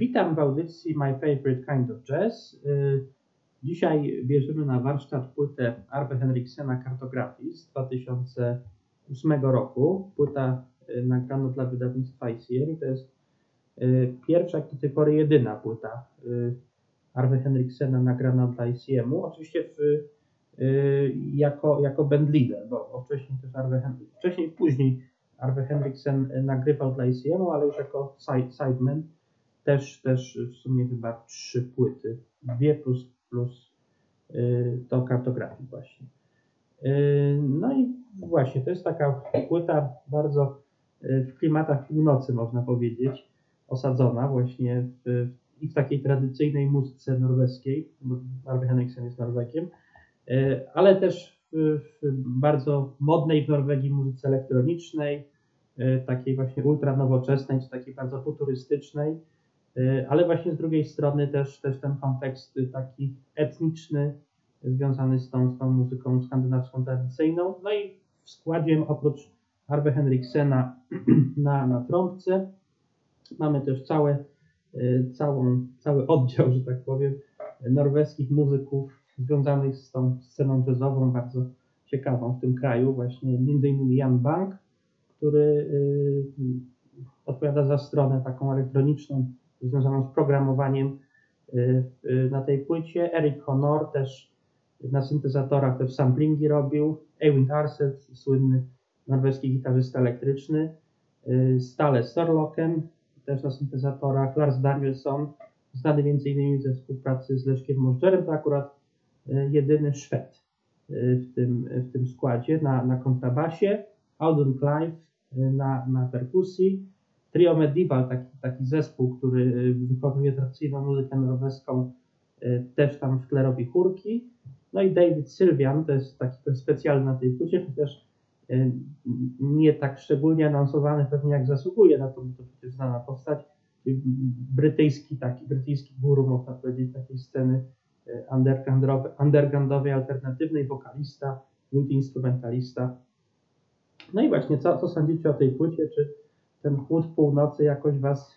Witam w audycji My Favorite Kind of Jazz. Dzisiaj bierzemy na warsztat płytę Arve Henriksena Cartography z 2008 roku. Płyta nagrana dla wydawnictwa ICM. To jest pierwsza, jak do tej pory jedyna płyta Arve Henriksena nagrana dla ICM-u. Oczywiście jako bandleader, bo wcześniej i później Arve Henriksen nagrywał dla ICM-u, ale już jako sideman. Też w sumie chyba 3 płyty, 2 plus to Cartography właśnie. No i właśnie to jest taka płyta bardzo w klimatach północy, można powiedzieć, osadzona właśnie i w takiej tradycyjnej muzyce norweskiej, bo Arve Henriksen jest Norwegiem, ale też w bardzo modnej w Norwegii muzyce elektronicznej, takiej właśnie ultra nowoczesnej, czy takiej bardzo futurystycznej. Ale właśnie z drugiej strony też ten kontekst taki etniczny związany z tą muzyką skandynawską tradycyjną. No i w składzie oprócz Arve Henriksena na trąbce mamy też cały oddział, że tak powiem, norweskich muzyków związanych z tą sceną jazzową bardzo ciekawą w tym kraju. Właśnie m.in. Jan Bang, który odpowiada za stronę taką elektroniczną związaną z programowaniem na tej płycie. Erik Honor też na syntezatorach też samplingi robił. Eivind Arset, słynny norweski gitarzysta elektryczny. Stale Sørlocken też na syntezatorach. Lars Danielsson, znany m.in. ze współpracy z Leszkiem Możdżerem, to akurat jedyny Szwed w tym składzie na kontrabasie. Audun Clive na perkusji. Trio Medieval, taki zespół, który wykonuje tradycyjną muzykę norweską, też tam w tle robi chórki. No i David Sylvian, to jest taki specjalny na tej płycie, chociaż nie tak szczególnie anonsowany pewnie jak zasługuje na to przecież znana postać. Brytyjski guru, można powiedzieć, takiej sceny undergroundowej, alternatywnej, wokalista, multiinstrumentalista. No i właśnie, co sądzicie o tej płycie? Czy ten chłód północy jakoś was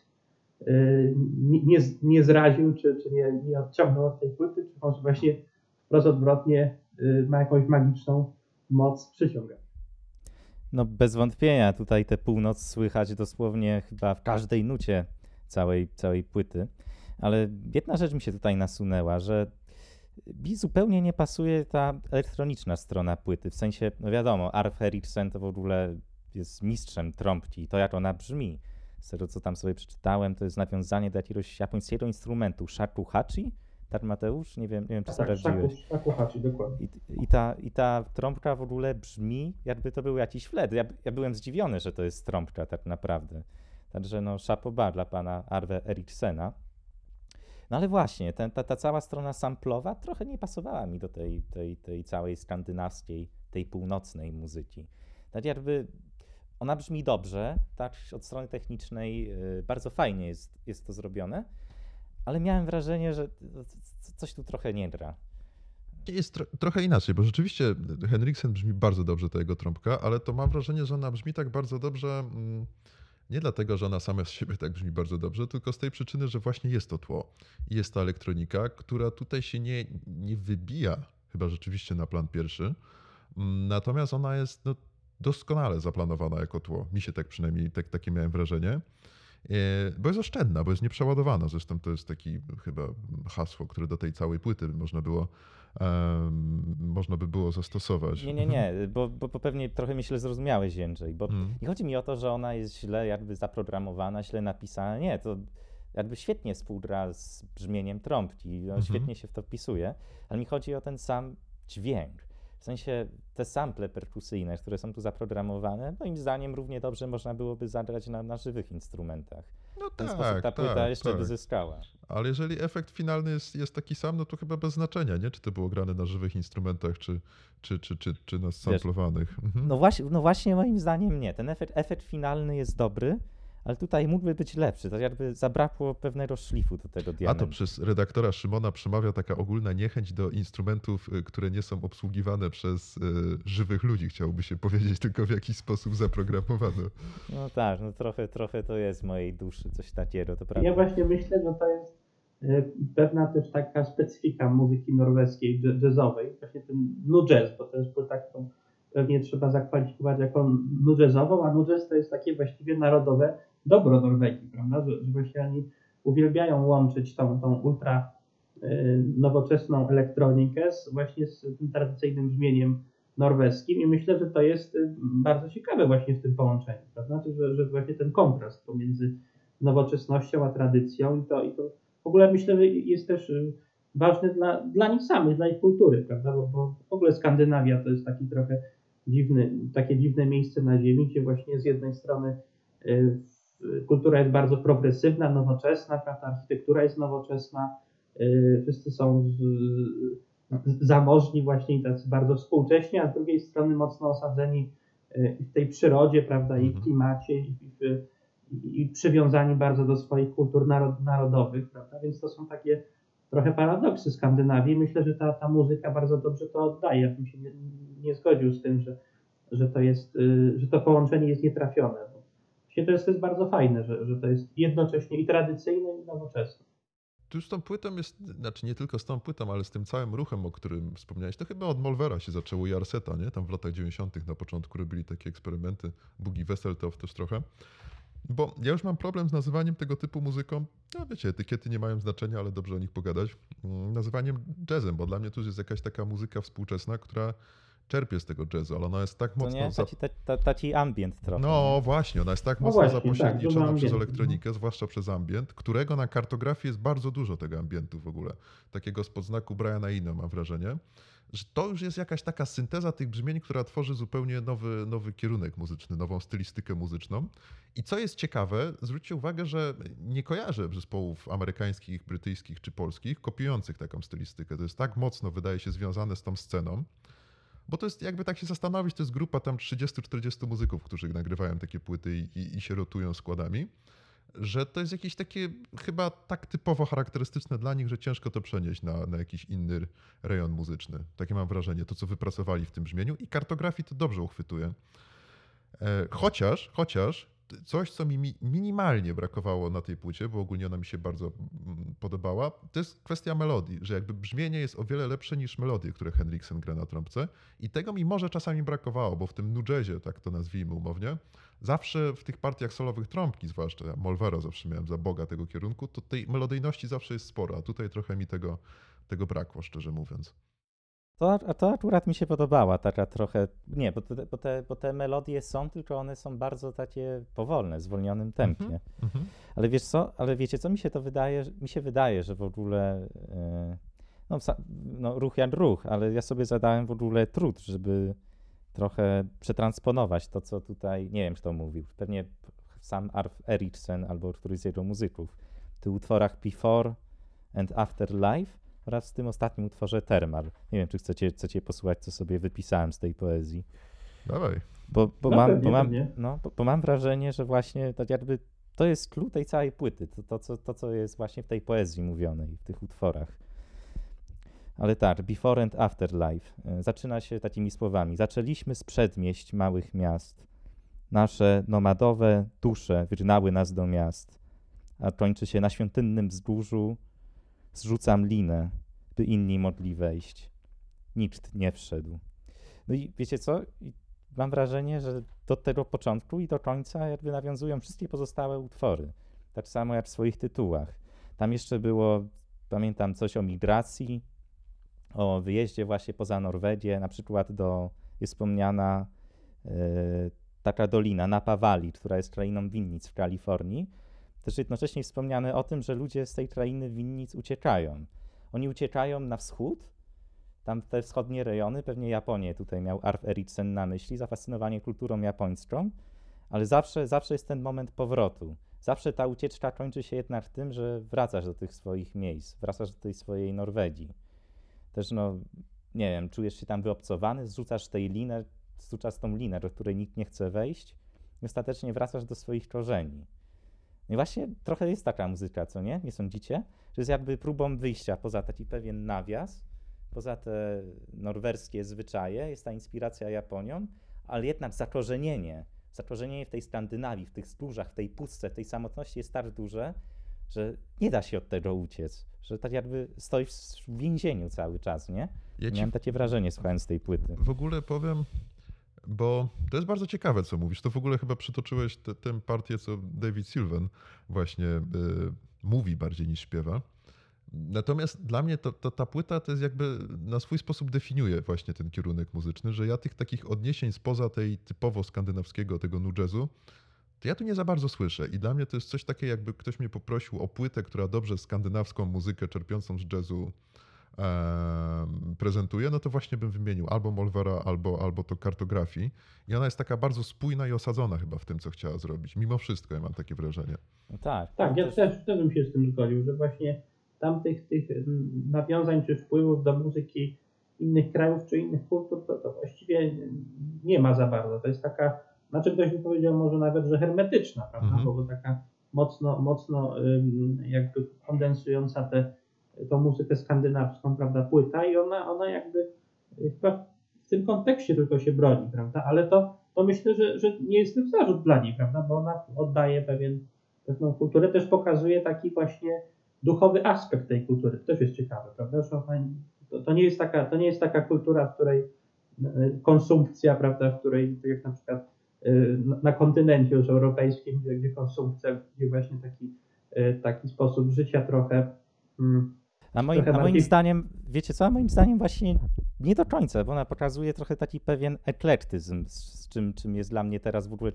nie zraził, czy nie odciągnął od tej płyty, czy może właśnie wprost odwrotnie ma jakąś magiczną moc przyciągać? No bez wątpienia tutaj tę północ słychać dosłownie chyba w każdej nucie całej płyty, ale jedna rzecz mi się tutaj nasunęła, że mi zupełnie nie pasuje ta elektroniczna strona płyty, w sensie, no wiadomo, Arve Henriksen to w ogóle jest mistrzem trąbki i to jak ona brzmi, z tego co tam sobie przeczytałem, to jest nawiązanie do jakiegoś japońskiego instrumentu, shakuhachi, tak Mateusz? Nie wiem czy sprawdziłeś. Shakuhachi, dokładnie. I ta trąbka w ogóle brzmi, jakby to był jakiś flet. Ja byłem zdziwiony, że to jest trąbka tak naprawdę. Także no chapeau bas dla pana Arve Henriksena. No ale właśnie, ta cała strona samplowa trochę nie pasowała mi do tej całej skandynawskiej, tej północnej muzyki. Tak jakby ona brzmi dobrze, tak od strony technicznej bardzo fajnie jest to zrobione, ale miałem wrażenie, że coś tu trochę nie gra. Jest trochę inaczej, bo rzeczywiście Henriksen brzmi bardzo dobrze, ta jego trąbka, ale to mam wrażenie, że ona brzmi tak bardzo dobrze nie dlatego, że ona sama z siebie tak brzmi bardzo dobrze, tylko z tej przyczyny, że właśnie jest to tło. Jest ta elektronika, która tutaj się nie wybija, chyba rzeczywiście na plan pierwszy, natomiast ona jest doskonale zaplanowana jako tło. Mi się tak przynajmniej takie miałem wrażenie. Bo jest oszczędna, bo jest nieprzeładowana. Zresztą to jest taki chyba hasło, które do tej całej płyty można by było zastosować. Nie, bo pewnie trochę mnie źle zrozumiałeś, Jędrzej, bo nie chodzi mi o to, że ona jest źle jakby zaprogramowana, źle napisana. Nie, to jakby świetnie współgra z brzmieniem trąbki, świetnie się w to wpisuje, ale mi chodzi o ten sam dźwięk. W sensie te sample perkusyjne, które są tu zaprogramowane, moim zdaniem równie dobrze można byłoby zagrać na żywych instrumentach. No w ten sposób ta płyta jeszcze by zyskała. Ale jeżeli efekt finalny jest taki sam, no to chyba bez znaczenia, nie? Czy to było grane na żywych instrumentach, czy na samplowanych. No właśnie moim zdaniem nie. Ten efekt finalny jest dobry, ale tutaj mógłby być lepszy, to jakby zabrakło pewnego szlifu do tego A to diamentu. przez redaktora Szymona przemawia taka ogólna niechęć do instrumentów, które nie są obsługiwane przez żywych ludzi, chciałoby się powiedzieć, tylko w jakiś sposób zaprogramowano. No tak, no trochę to jest w mojej duszy coś takiego, to prawda. Ja właśnie myślę, że to jest pewna też taka specyfika muzyki norweskiej, jazzowej, właśnie ten nu jazz, bo to jest płyta, którą pewnie trzeba zakwalifikować jako nu jazzową, a nu jazz to jest takie właściwie narodowe dobro Norwegii, prawda, że właśnie oni uwielbiają łączyć tą ultra nowoczesną elektronikę właśnie z tym tradycyjnym brzmieniem norweskim i myślę, że to jest bardzo ciekawe właśnie w tym połączeniu, prawda, że właśnie ten kontrast pomiędzy nowoczesnością a tradycją i to w ogóle myślę, że jest też ważne dla nich samych, dla ich kultury, prawda, bo w ogóle Skandynawia to jest taki trochę takie dziwne miejsce na ziemi, gdzie właśnie z jednej strony kultura jest bardzo progresywna, nowoczesna, prawda, architektura jest nowoczesna, wszyscy są zamożni właśnie i tacy bardzo współcześni, a z drugiej strony mocno osadzeni w tej przyrodzie, prawda, i w klimacie, i przywiązani bardzo do swoich kultur narodowych, prawda, więc to są takie trochę paradoksy Skandynawii. Myślę, że ta muzyka bardzo dobrze to oddaje. Ja bym się nie zgodził z tym, że to połączenie jest nietrafione. To jest bardzo fajne, że to jest jednocześnie i tradycyjne, i nowoczesne. Tu z tą płytą jest, znaczy nie tylko z tą płytą, ale z tym całym ruchem, o którym wspomniałeś, to chyba od Molvera się zaczęło i Arseta, nie? Tam w latach 90. na początku robili takie eksperymenty, Boogie Wesseltoft też trochę. Bo ja już mam problem z nazywaniem tego typu muzyką, no wiecie, etykiety nie mają znaczenia, ale dobrze o nich pogadać, nazywaniem jazzem, bo dla mnie to już jest jakaś taka muzyka współczesna, która czerpie z tego jazzu, ale ona jest tak To mocno... nie? Taki ambient trochę. No nie? właśnie, ona jest tak No mocno właśnie, zapośredniczona tak, przez ambient. elektronikę, zwłaszcza przez ambient, którego na kartografii jest bardzo dużo tego ambientu w ogóle. Takiego spod znaku Briana Eno mam wrażenie, że to już jest jakaś taka synteza tych brzmień, która tworzy zupełnie nowy kierunek muzyczny, nową stylistykę muzyczną. I co jest ciekawe, zwróćcie uwagę, że nie kojarzę zespołów amerykańskich, brytyjskich czy polskich kopiujących taką stylistykę. To jest tak mocno, wydaje się, związane z tą sceną. Bo to jest, jakby tak się zastanowić, to jest grupa tam 30-40 muzyków, którzy nagrywają takie płyty i się rotują składami, że to jest jakieś takie chyba tak typowo charakterystyczne dla nich, że ciężko to przenieść na jakiś inny rejon muzyczny. Takie mam wrażenie, to co wypracowali w tym brzmieniu i kartografii to dobrze uchwytuje. Chociaż coś, co mi minimalnie brakowało na tej płycie, bo ogólnie ona mi się bardzo podobała, to jest kwestia melodii, że jakby brzmienie jest o wiele lepsze niż melodie, które Henriksen gra na trąbce i tego mi może czasami brakowało, bo w tym nu jazzie, tak to nazwijmy umownie, zawsze w tych partiach solowych trąbki, zwłaszcza ja Molvera zawsze miałem za boga tego kierunku, to tej melodyjności zawsze jest sporo, a tutaj trochę mi tego brakło, szczerze mówiąc. To akurat mi się podobała, taka trochę, nie, bo te melodie są, tylko one są bardzo takie powolne, w zwolnionym tempie. Ale wiesz co, wiecie co, mi się wydaje, że w ogóle, ruch jak ruch, ale ja sobie zadałem w ogóle trud, żeby trochę przetransponować to, co tutaj, nie wiem kto mówił, pewnie sam Arv Eriksen albo któryś z jego muzyków, w tych utworach Before and After Life, oraz w tym ostatnim utworze Termal. Nie wiem, czy chcecie posłuchać, co sobie wypisałem z tej poezji. Dawaj. Bo mam wrażenie, że właśnie tak jakby to jest klucz tej całej płyty, to co jest właśnie w tej poezji mówionej, w tych utworach. Ale tak, Before and After Life zaczyna się takimi słowami. Zaczęliśmy z przedmieść małych miast. Nasze nomadowe dusze wyrnały nas do miast. A kończy się na świątynnym wzgórzu. Zrzucam linę, by inni mogli wejść. Nikt nie wszedł. No i wiecie co? Mam wrażenie, że do tego początku i do końca jakby nawiązują wszystkie pozostałe utwory. Tak samo jak w swoich tytułach. Tam jeszcze było, pamiętam, coś o migracji, o wyjeździe właśnie poza Norwegię. Na przykład jest wspomniana taka dolina Napa Valley, która jest krainą winnic w Kalifornii. Też jednocześnie wspomniane o tym, że ludzie z tej krainy winnic uciekają. Oni uciekają na wschód, tam w te wschodnie rejony, pewnie Japonię tutaj miał Arv Eriksen na myśli, zafascynowanie kulturą japońską, ale zawsze jest ten moment powrotu. Zawsze ta ucieczka kończy się jednak tym, że wracasz do tych swoich miejsc, wracasz do tej swojej Norwegii. Też nie wiem, czujesz się tam wyobcowany, zrzucasz tą linę, do której nikt nie chce wejść i ostatecznie wracasz do swoich korzeni. No i właśnie trochę jest taka muzyka, co nie? Nie sądzicie? Że jest jakby próbą wyjścia poza taki pewien nawias, poza te norwerskie zwyczaje, jest ta inspiracja Japonią, ale jednak zakorzenienie w tej Skandynawii, w tych wzgórzach, w tej pustce, w tej samotności jest tak duże, że nie da się od tego uciec, że tak jakby stoisz w więzieniu cały czas, nie? Ja ci Miałem takie wrażenie słuchając tej płyty. w ogóle powiem, bo to jest bardzo ciekawe, co mówisz. To w ogóle chyba przytoczyłeś tę partię, co David Sylvian właśnie mówi bardziej niż śpiewa. Natomiast dla mnie ta płyta to jest jakby na swój sposób definiuje właśnie ten kierunek muzyczny, że ja tych takich odniesień spoza tej typowo skandynawskiego, tego nu jazzu, to ja tu nie za bardzo słyszę. I dla mnie to jest coś takiego, jakby ktoś mnie poprosił o płytę, która dobrze skandynawską muzykę czerpiącą z jazzu prezentuje, no to właśnie bym wymienił albo Molvera, albo to Kartografii. I ona jest taka bardzo spójna i osadzona chyba w tym, co chciała zrobić. Mimo wszystko, ja mam takie wrażenie. No tak. Tak, ja też bym się z tym zgodził, że właśnie tamtych tych nawiązań czy wpływów do muzyki innych krajów czy innych kultur to właściwie nie ma za bardzo. To jest taka, znaczy ktoś by powiedział może nawet, że hermetyczna, prawda? Bo taka mocno jakby kondensująca tą muzykę skandynawską, prawda, płyta i ona jakby chyba w tym kontekście tylko się broni, prawda? Ale to myślę, że nie jest to zarzut dla niej, prawda? Bo ona oddaje pewną kulturę, też pokazuje taki właśnie duchowy aspekt tej kultury. To też jest ciekawe, prawda? Że to nie jest taka kultura, w której konsumpcja, prawda, w której tak jak na przykład na kontynencie już europejskim, gdzie konsumpcja, gdzie właśnie taki sposób życia trochę A moim zdaniem, wiecie co, moim zdaniem właśnie nie do końca, bo ona pokazuje trochę taki pewien eklektyzm, z czym jest dla mnie teraz w ogóle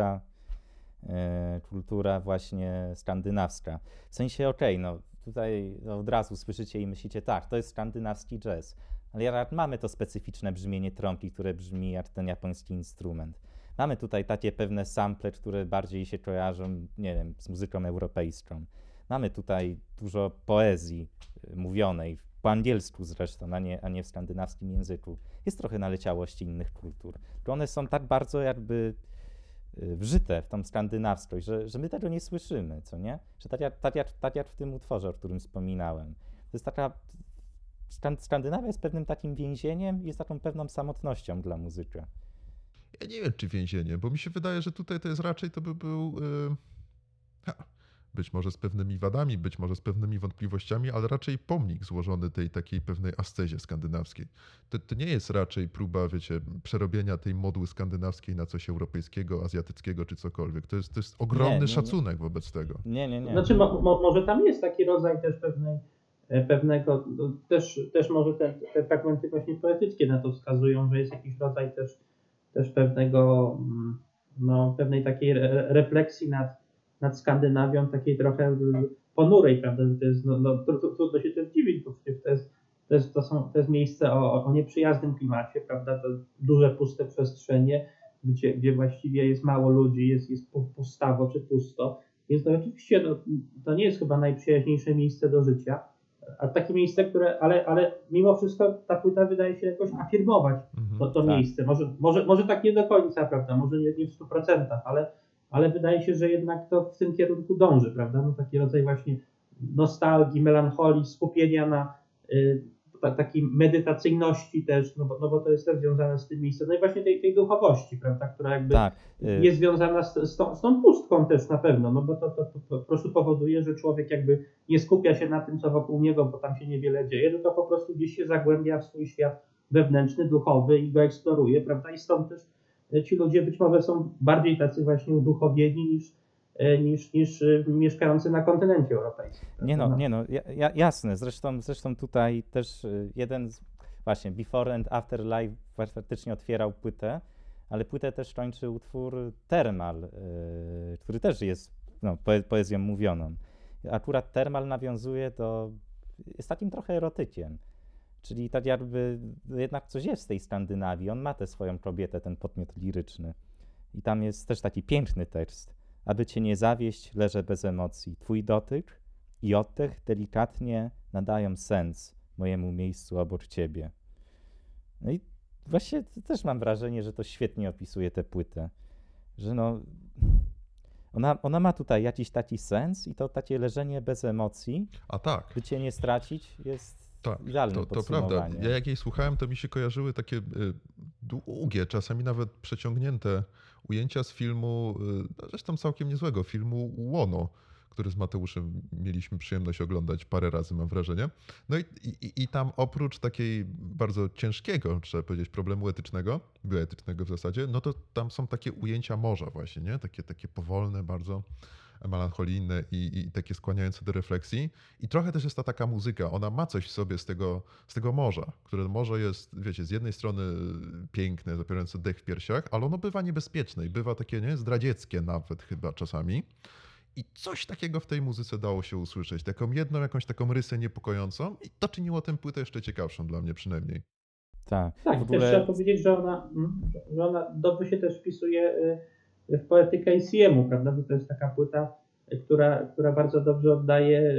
kultura właśnie skandynawska. W sensie, no tutaj od razu słyszycie i myślicie, tak, to jest skandynawski jazz, ale jak mamy to specyficzne brzmienie trąbki, które brzmi jak ten japoński instrument. Mamy tutaj takie pewne sample, które bardziej się kojarzą, nie wiem, z muzyką europejską. Mamy tutaj dużo poezji mówionej, po angielsku zresztą, a nie w skandynawskim języku. Jest trochę naleciałości innych kultur. One są tak bardzo jakby wżyte w tą skandynawskość, że my tego nie słyszymy, co nie? Że tak jak w tym utworze, o którym wspominałem. To jest taka... Skandynawia jest pewnym takim więzieniem i jest taką pewną samotnością dla muzyka. Ja nie wiem, czy więzienie, bo mi się wydaje, że tutaj to jest raczej, to by był... być może z pewnymi wadami, być może z pewnymi wątpliwościami, ale raczej pomnik złożony tej takiej pewnej ascezie skandynawskiej. To nie jest raczej próba, wiecie, przerobienia tej modły skandynawskiej na coś europejskiego, azjatyckiego czy cokolwiek. To jest ogromny szacunek wobec tego. Nie. Znaczy może tam jest taki rodzaj też pewnego, też może te fragmenty właśnie poetyckie na to wskazują, że jest jakiś rodzaj też pewnej takiej refleksji nad Skandynawią, takiej trochę ponurej, prawda, że to jest, trudno się też dziwić, bo przecież to jest miejsce o nieprzyjaznym klimacie, prawda, to duże, puste przestrzenie, gdzie właściwie jest mało ludzi, jest pustawo czy pusto, więc to oczywiście to nie jest chyba najprzyjaźniejsze miejsce do życia, a takie miejsce, ale mimo wszystko ta płyta wydaje się jakoś afirmować to miejsce, może tak nie do końca, prawda, może nie w 100%, ale wydaje się, że jednak to w tym kierunku dąży, prawda? No taki rodzaj właśnie nostalgii, melancholii, skupienia na takiej medytacyjności też, no bo to jest też związane z tym miejscem, no i właśnie tej duchowości, prawda, która jakby jest związana z tą pustką też na pewno, no bo to po prostu powoduje, że człowiek jakby nie skupia się na tym, co wokół niego, bo tam się niewiele dzieje, tylko po prostu gdzieś się zagłębia w swój świat wewnętrzny, duchowy i go eksploruje, prawda, i stąd też ci ludzie być może są bardziej tacy właśnie uduchowieni niż mieszkający na kontynencie europejskim. Jasne. Zresztą tutaj też jeden właśnie Before and After Life faktycznie otwierał płytę, ale płytę też kończy utwór Thermal, który też jest poezją mówioną. Akurat Thermal nawiązuje jest takim trochę erotykiem. Czyli tak jakby jednak coś jest w tej Skandynawii. On ma tę swoją kobietę, ten podmiot liryczny. I tam jest też taki piękny tekst. Aby cię nie zawieść, leżę bez emocji. Twój dotyk i oddech delikatnie nadają sens mojemu miejscu obok ciebie. No i właśnie też mam wrażenie, że to świetnie opisuje tę płytę. Że Ona ma tutaj jakiś taki sens i to takie leżenie bez emocji, A tak. by cię nie stracić, jest Tak, idealnym to prawda. podsumowaniem. Ja jak jej słuchałem, to mi się kojarzyły takie długie, czasami nawet przeciągnięte ujęcia z filmu, zresztą całkiem niezłego, filmu Łono, który z Mateuszem mieliśmy przyjemność oglądać parę razy, mam wrażenie. No i tam oprócz takiej bardzo ciężkiego, trzeba powiedzieć, problemu etycznego, bioetycznego w zasadzie, no to tam są takie ujęcia morza właśnie, nie? Takie powolne, bardzo melancholijne i takie skłaniające do refleksji. I trochę też jest ta taka muzyka, ona ma coś w sobie z tego morza, które morze jest, wiecie, z jednej strony piękne, zapierające dech w piersiach, ale ono bywa niebezpieczne i bywa takie, nie, zdradzieckie nawet chyba czasami. I coś takiego w tej muzyce dało się usłyszeć, taką jedną jakąś taką rysę niepokojącą i to czyniło tę płytę jeszcze ciekawszą dla mnie przynajmniej. Tak, Tak, w i też ogóle trzeba powiedzieć, że ona dobrze się też wpisuje w poetykę ACM-u, prawda? Że to jest taka płyta, która bardzo dobrze oddaje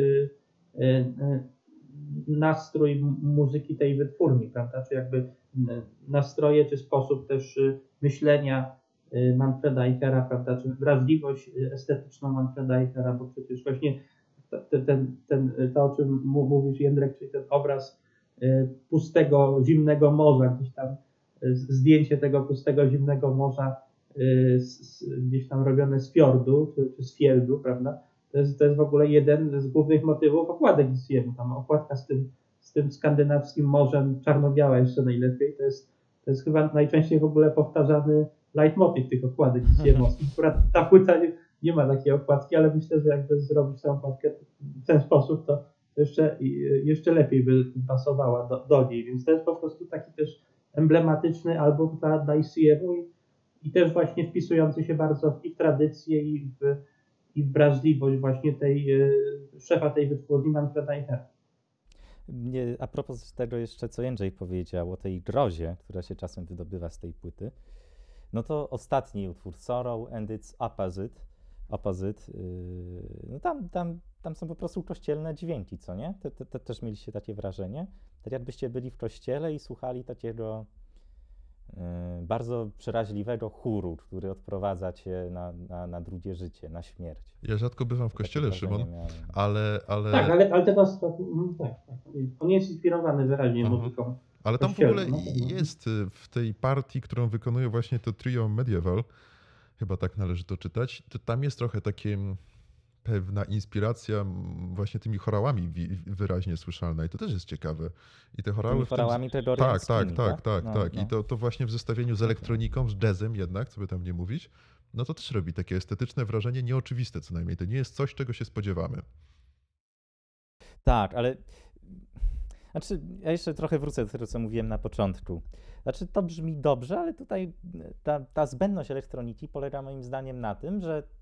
nastrój muzyki tej wytwórni, prawda? Czy jakby nastroje, czy sposób też myślenia Manfreda Eichera, prawda? Czy wrażliwość estetyczną Manfreda Eichera, bo przecież właśnie to o czym mówisz, Jędrek, czyli ten obraz pustego, zimnego morza, gdzieś tam zdjęcie tego pustego, zimnego morza gdzieś tam robione z fiordu, czy z fieldu, prawda? To jest w ogóle jeden z głównych motywów okładek ICM-u. Tam okładka z tym skandynawskim morzem, czarno-biała jeszcze najlepiej. To jest chyba najczęściej w ogóle powtarzany leitmotiv tych okładek ICM-owskich. Akurat ta płyta nie ma takiej okładki, ale myślę, że jakby zrobić tę okładkę w ten sposób, to jeszcze lepiej by pasowała do niej. Więc to jest po prostu taki też emblematyczny album dla ICM-u i też właśnie wpisujący się bardzo i w tradycję, i w wrażliwość właśnie tej szefa tej wytwórni, Manfreda Eichera. a propos tego jeszcze, co Jędrzej powiedział o tej grozie, która się czasem wydobywa z tej płyty, no to ostatni utwór, Sorrow and its Opposite, no tam są po prostu kościelne dźwięki, co nie? Też mieliście takie wrażenie? Tak jakbyście byli w kościele i słuchali takiego bardzo przeraźliwego chóru, który odprowadza cię na drugie życie, na śmierć. Ja rzadko bywam w kościele, Szymon, ale... Tak, ale ten ostatni, tak. On jest inspirowany wyraźnie muzyką. Ale tam w ogóle jest w tej partii, którą wykonuje właśnie to trio Medieval, chyba tak należy to czytać, to tam jest trochę takie pewna inspiracja właśnie tymi chorałami wyraźnie słyszalna i to też jest ciekawe. I te chorały tymi chorałami tego tak. No. I to właśnie w zestawieniu z elektroniką, z jazzem jednak, co by tam nie mówić, no to też robi takie estetyczne wrażenie, nieoczywiste co najmniej. To nie jest coś, czego się spodziewamy. Tak, ale znaczy, ja jeszcze trochę wrócę do tego, co mówiłem na początku. Znaczy, to brzmi dobrze, ale tutaj ta zbędność elektroniki polega moim zdaniem na tym,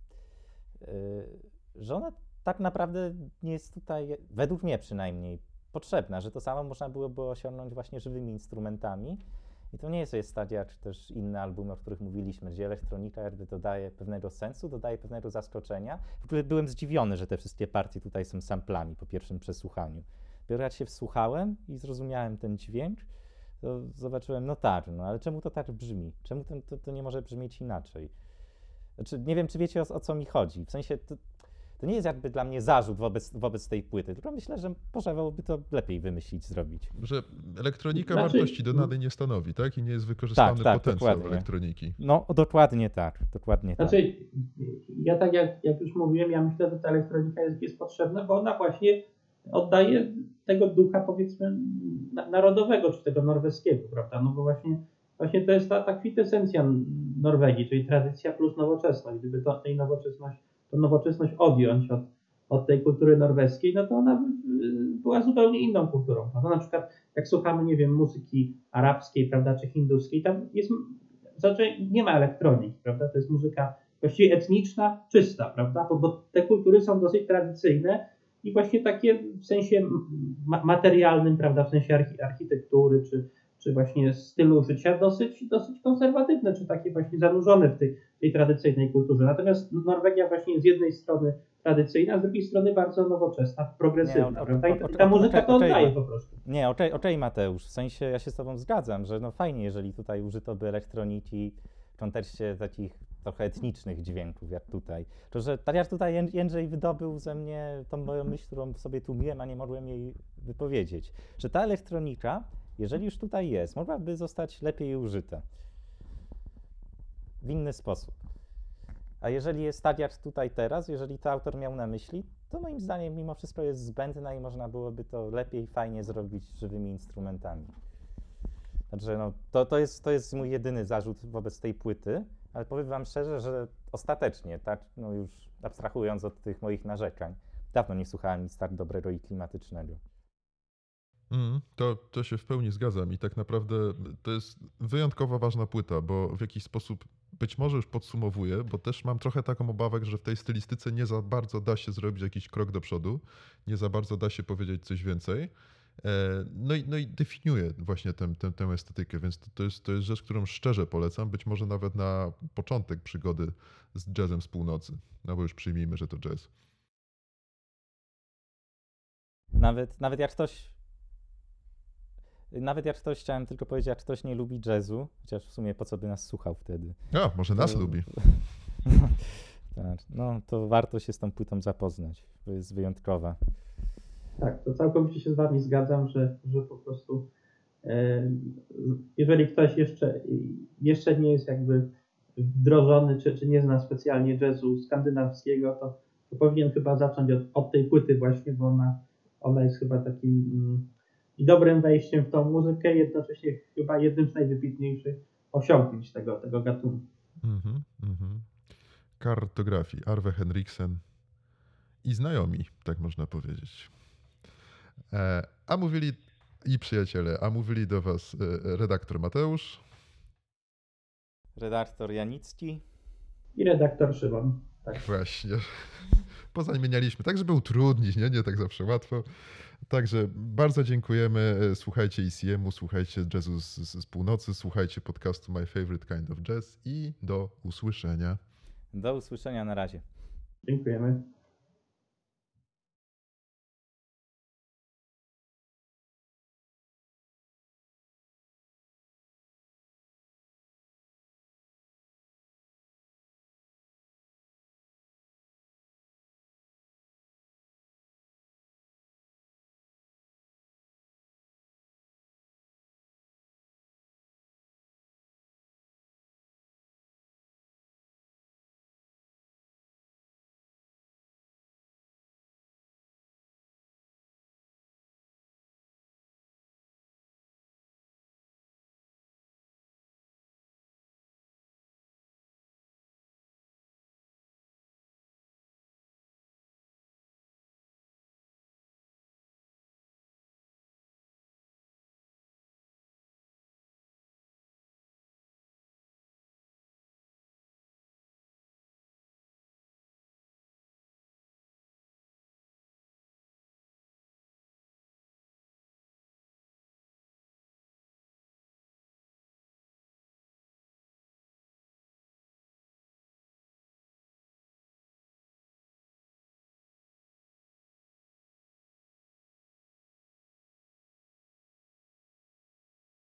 że ona tak naprawdę nie jest tutaj, według mnie przynajmniej, potrzebna, że to samo można byłoby osiągnąć właśnie żywymi instrumentami. I to nie jest tak jak też inne albumy, o których mówiliśmy, gdzie elektronika jakby dodaje pewnego sensu, dodaje pewnego zaskoczenia. W ogóle byłem zdziwiony, że te wszystkie partie tutaj są samplami po pierwszym przesłuchaniu. Dopiero jak się wsłuchałem i zrozumiałem ten dźwięk, to zobaczyłem, no tak, no ale czemu to tak brzmi? Czemu to nie może brzmieć inaczej? Znaczy, nie wiem, czy wiecie o co mi chodzi. W sensie to nie jest jakby dla mnie zarzut wobec tej płyty, tylko myślę, że można byłoby to lepiej wymyślić, zrobić. Że elektronika wartości dodanej nie stanowi, tak? I nie jest wykorzystany potencjał elektroniki. No, dokładnie tak. Znaczy, ja tak jak już mówiłem, ja myślę, że ta elektronika jest potrzebna, bo ona właśnie oddaje tego ducha, powiedzmy, narodowego, czy tego norweskiego, prawda? No bo właśnie to jest ta kwintesencja Norwegii, czyli tradycja plus nowoczesność. Gdyby tą nowoczesność odjąć od tej kultury norweskiej, no to ona była zupełnie inną kulturą. No na przykład jak słuchamy, nie wiem, muzyki arabskiej, prawda, czy hinduskiej, tam nie ma elektroniki, prawda? To jest muzyka właściwie etniczna, czysta, prawda? Bo te kultury są dosyć tradycyjne i właśnie takie w sensie materialnym, prawda, w sensie architektury, czy właśnie stylu życia dosyć konserwatywne, czy takie właśnie zanurzone w tej tradycyjnej kulturze. Natomiast Norwegia właśnie z jednej strony tradycyjna, a z drugiej strony bardzo nowoczesna, progresywna. I ta muzyka to oddaje po prostu. Nie, okej, Mateusz, w sensie ja się z tobą zgadzam, że no fajnie, jeżeli tutaj użyto by elektroniki w kontekście takich trochę etnicznych dźwięków, jak tutaj. To, że tak jak tutaj Jędrzej wydobył ze mnie tą moją myśl, którą sobie tłumiłem, a nie mogłem jej wypowiedzieć, że ta elektronika, jeżeli już tutaj jest, mogłaby zostać lepiej użyta w inny sposób. A jeżeli jest tak jak tutaj teraz, jeżeli to autor miał na myśli, to moim zdaniem mimo wszystko jest zbędna i można byłoby to lepiej, fajnie zrobić żywymi instrumentami. Także no, to jest mój jedyny zarzut wobec tej płyty, ale powiem wam szczerze, że ostatecznie, tak, no już abstrahując od tych moich narzekań, dawno nie słuchałem nic tak dobrego i klimatycznego. To się w pełni zgadzam i tak naprawdę to jest wyjątkowo ważna płyta, bo w jakiś sposób być może już podsumowuję, bo też mam trochę taką obawę, że w tej stylistyce nie za bardzo da się zrobić jakiś krok do przodu, nie za bardzo da się powiedzieć coś więcej. No i definiuje właśnie tę estetykę, więc to jest rzecz, którą szczerze polecam, być może nawet na początek przygody z jazzem z północy, no bo już przyjmijmy, że to jazz. Nawet jak ktoś, chciałem tylko powiedzieć, jak ktoś nie lubi jazzu, chociaż w sumie po co by nas słuchał wtedy. A, może nas lubi. Tak, no to warto się z tą płytą zapoznać, bo jest wyjątkowa. Tak, to całkowicie się z wami zgadzam, że po prostu jeżeli ktoś jeszcze nie jest jakby wdrożony, czy nie zna specjalnie jazzu skandynawskiego, to powinien chyba zacząć od tej płyty właśnie, bo ona jest chyba takim i dobrym wejściem w tą muzykę, jednocześnie chyba jednym z najwybitniejszych osiągnięć tego gatunku. Kartografii, Arve Henriksen i znajomi, tak można powiedzieć. A mówili i przyjaciele, a mówili do was redaktor Mateusz, Redaktor Janicki I redaktor Szymon. Tak. właśnie. Pozamienialiśmy, tak żeby utrudnić, nie tak zawsze łatwo. Także bardzo dziękujemy. Słuchajcie ECM-u, słuchajcie jazzu z północy, słuchajcie podcastu My Favorite Kind of Jazz i do usłyszenia. Do usłyszenia, na razie. Dziękujemy.